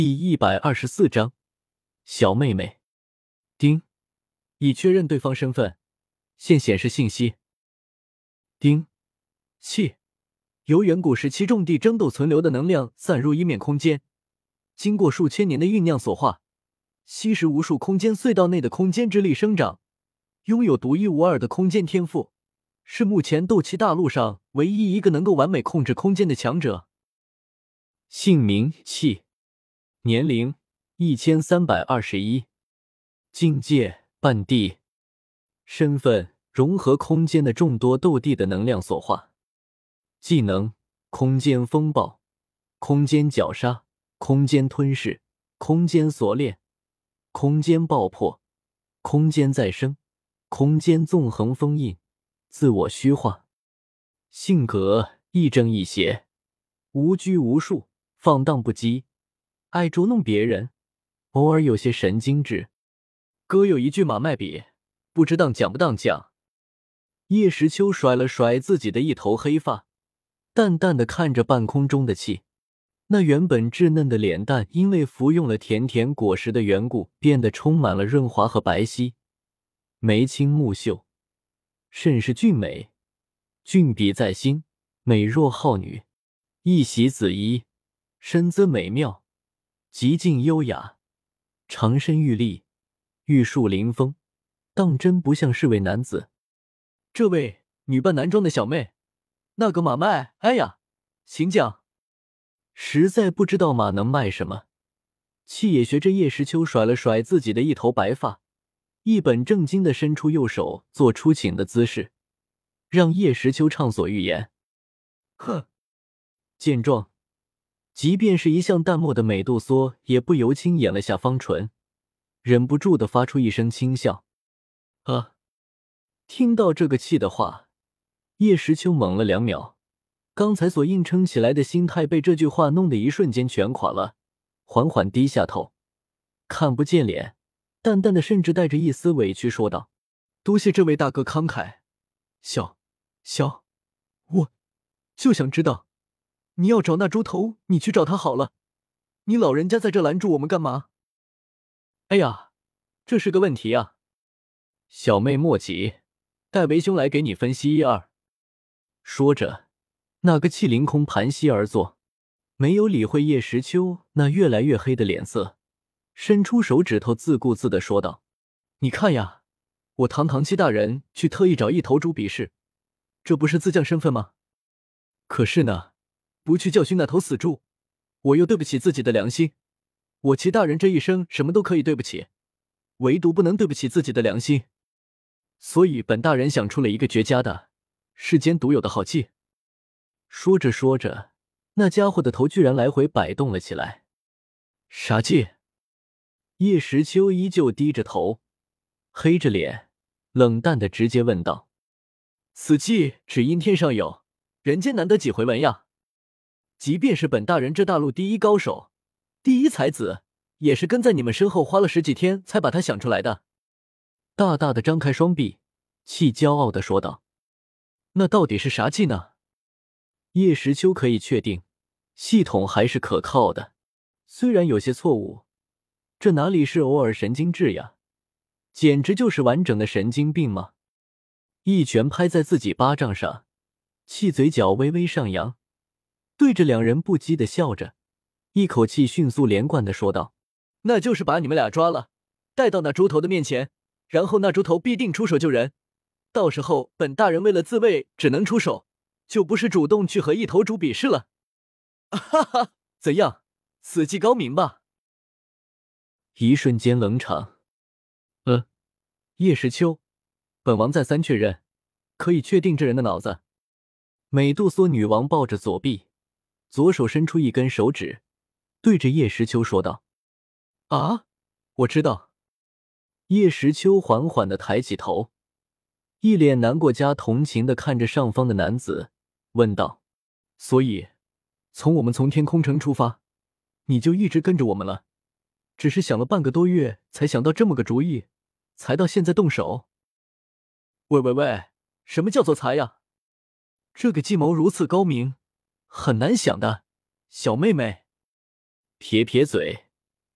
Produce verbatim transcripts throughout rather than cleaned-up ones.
第一百二十四章，小妹妹。丁，已确认对方身份，现显示信息。丁，气，由远古时期种地争斗存留的能量散入一面空间，经过数千年的酝酿所化，吸食无数空间隧道内的空间之力生长，拥有独一无二的空间天赋，是目前斗气大陆上唯一一个能够完美控制空间的强者。姓名气，年龄一千三百二十一，境界半地，身份融合空间的众多斗帝的能量所化，技能空间风暴、空间绞杀、空间吞噬、空间锁链、空间爆破、空间再生、空间纵横封印、自我虚化。性格亦正亦邪，无拘无束，放荡不羁，爱捉弄别人，偶尔有些神经质。哥有一句马麦笔，不知当讲不当讲。叶时秋甩了甩自己的一头黑发，淡淡的看着半空中的气，那原本稚嫩的脸蛋因为服用了甜甜果实的缘故，变得充满了润滑和白皙，眉清目秀，甚是俊美，俊笔在心，美若浩女。一袭紫衣，身姿美妙，极尽优雅，长身玉立，玉树临风，当真不像是位男子。这位女扮男装的小妹，那个马卖，哎呀，请讲。实在不知道马能卖什么，气也学着叶时秋甩了甩自己的一头白发，一本正经地伸出右手做出请的姿势，让叶时秋畅所欲言。哼！见状，即便是一向淡漠的美杜莎也不由轻掩了下方唇，忍不住地发出一声轻笑。啊！听到这个气的话，叶时秋懵了两秒，刚才所硬撑起来的心态被这句话弄得一瞬间全垮了，缓缓低下头，看不见脸，淡淡的甚至带着一丝委屈说道：多谢这位大哥慷慨，小小我就想知道，你要找那猪头，你去找他好了，你老人家在这拦住我们干嘛？哎呀，这是个问题啊。小妹莫急，待为兄来给你分析一二。说着，那个气凌空盘膝而坐，没有理会叶时秋那越来越黑的脸色，伸出手指头自顾自地说道：你看呀，我堂堂戚大人去特意找一头猪比试，这不是自降身份吗？可是呢，不去教训那头死猪，我又对不起自己的良心。我齐大人这一生什么都可以对不起，唯独不能对不起自己的良心。所以本大人想出了一个绝佳的、世间独有的好计。说着说着，那家伙的头居然来回摆动了起来。啥计？叶时秋依旧低着头，黑着脸，冷淡地直接问道：此计只因天上有，人间难得几回闻呀。即便是本大人这大陆第一高手、第一才子，也是跟在你们身后花了十几天才把他想出来的。大大的张开双臂，气骄傲地说道：那到底是啥计呢？叶时秋可以确定，系统还是可靠的，虽然有些错误，这哪里是偶尔神经质呀，简直就是完整的神经病嘛！一拳拍在自己巴掌上，气嘴角微微上扬，对着两人不羁地笑着，一口气迅速连贯地说道：那就是把你们俩抓了，带到那猪头的面前，然后那猪头必定出手救人，到时候本大人为了自卫只能出手，就不是主动去和一头猪比试了。哈哈，怎样，此计高明吧？一瞬间冷场。呃，叶时秋，本王再三确认，可以确定这人的脑子。美杜莎女王抱着左臂，左手伸出一根手指，对着叶时秋说道：啊，我知道。叶时秋缓缓地抬起头，一脸难过加同情地看着上方的男子，问道：所以从我们从天空城出发，你就一直跟着我们了，只是想了半个多月才想到这么个主意，才到现在动手？喂喂喂，什么叫做才呀？这个计谋如此高明，很难想的，小妹妹。撇撇嘴，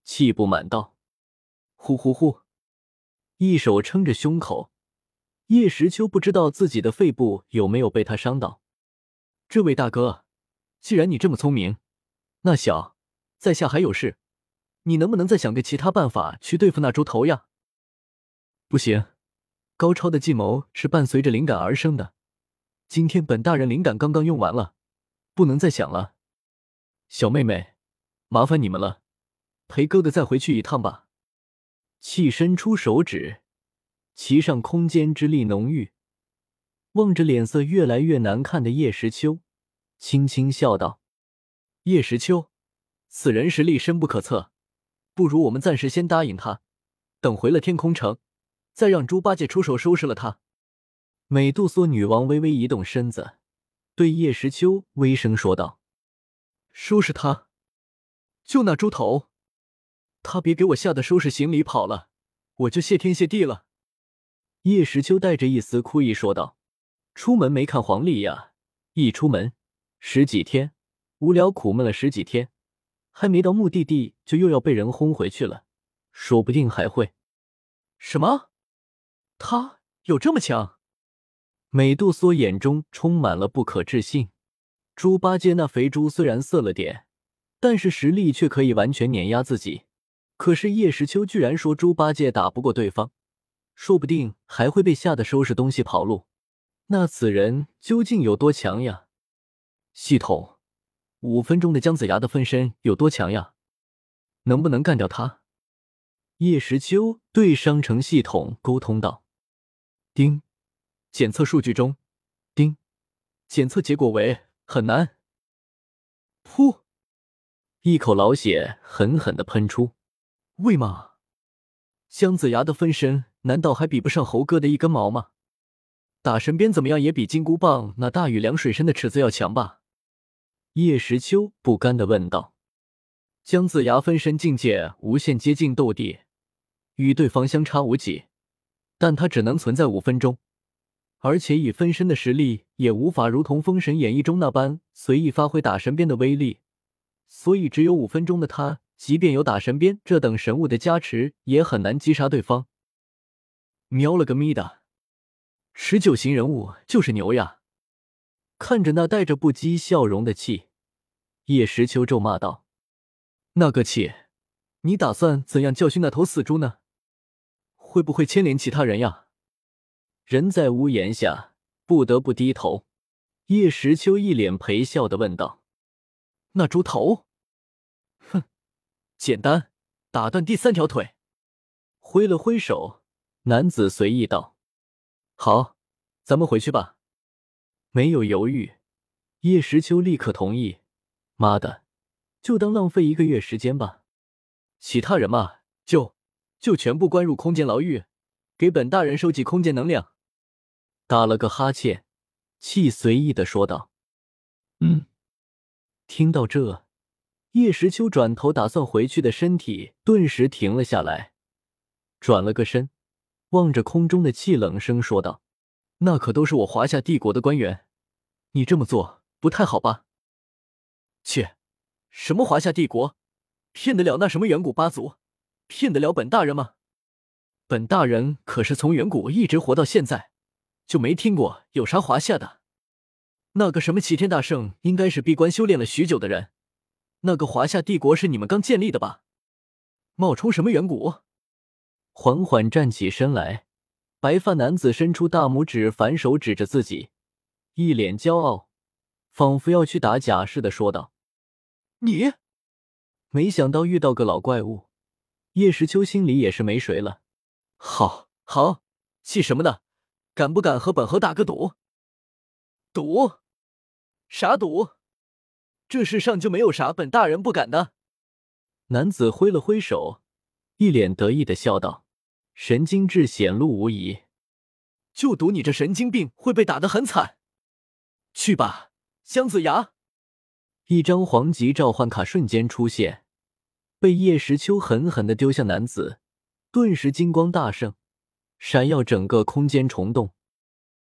气不满道。呼呼呼，一手撑着胸口，叶时秋不知道自己的肺部有没有被他伤到。这位大哥，既然你这么聪明，那小在下还有事，你能不能再想个其他办法去对付那猪头呀？不行，高超的计谋是伴随着灵感而生的，今天本大人灵感刚刚用完了，不能再想了。小妹妹，麻烦你们了，陪哥哥再回去一趟吧。气伸出手指，其上空间之力浓郁，望着脸色越来越难看的叶时秋，轻轻笑道：叶时秋，此人实力深不可测，不如我们暂时先答应他，等回了天空城，再让猪八戒出手收拾了他。美杜莎女王微微移动身子，对叶时秋微声说道：收拾他？就那猪头？他别给我吓得收拾行李跑了，我就谢天谢地了。叶时秋带着一丝哭意说道：出门没看黄历呀，一出门十几天，无聊苦闷了十几天，还没到目的地就又要被人轰回去了，说不定还会……什么？他有这么强？美杜莎眼中充满了不可置信。猪八戒那肥猪虽然色了点，但是实力却可以完全碾压自己。可是叶时秋居然说猪八戒打不过对方，说不定还会被吓得收拾东西跑路。那此人究竟有多强呀？系统，五分钟的姜子牙的分身有多强呀？能不能干掉他？叶时秋对商城系统沟通道。丁，检测数据中，丁，检测结果为很难。噗，一口老血狠狠地喷出。为嘛？姜子牙的分身难道还比不上猴哥的一根毛吗？打神鞭怎么样也比金箍棒那大禹凉水深的尺子要强吧？叶时秋不甘地问道。姜子牙分身境界无限接近斗帝，与对方相差无几，但他只能存在五分钟，而且以分身的实力也无法如同封神演义中那般随意发挥打神鞭的威力，所以只有五分钟的他，即便有打神鞭这等神物的加持，也很难击杀对方。喵了个咪的，持久型人物就是牛呀！看着那带着不羁笑容的气，叶时秋咒骂道：那个气，你打算怎样教训那头死猪呢？会不会牵连其他人呀？人在屋檐下，不得不低头。叶时秋一脸陪笑地问道：那猪头？哼，简单，打断第三条腿。挥了挥手，男子随意道：好，咱们回去吧。没有犹豫，叶时秋立刻同意。妈的，就当浪费一个月时间吧。其他人嘛，就就全部关入空间牢狱，给本大人收集空间能量。打了个哈欠，气随意地说道：嗯。听到这，叶时秋转头打算回去的身体顿时停了下来，转了个身，望着空中的气冷声说道：那可都是我华夏帝国的官员，你这么做不太好吧？切，什么华夏帝国？骗得了那什么远古八族？骗得了本大人吗？本大人可是从远古一直活到现在，就没听过有啥华夏的。那个什么齐天大圣应该是闭关修炼了许久的人，那个华夏帝国是你们刚建立的吧？冒充什么远古？缓缓站起身来，白发男子伸出大拇指反手指着自己，一脸骄傲，仿佛要去打假似的说道：你！没想到遇到个老怪物，叶时秋心里也是没谁了。好，好，气什么呢？敢不敢和本侯大哥赌？赌？啥赌？这世上就没有啥本大人不敢的。男子挥了挥手，一脸得意的笑道，神经质显露无疑。就赌你这神经病会被打得很惨。去吧，姜子牙！一张黄级召唤卡瞬间出现，被叶时秋狠狠地丢向男子，顿时金光大盛，闪耀整个空间虫洞。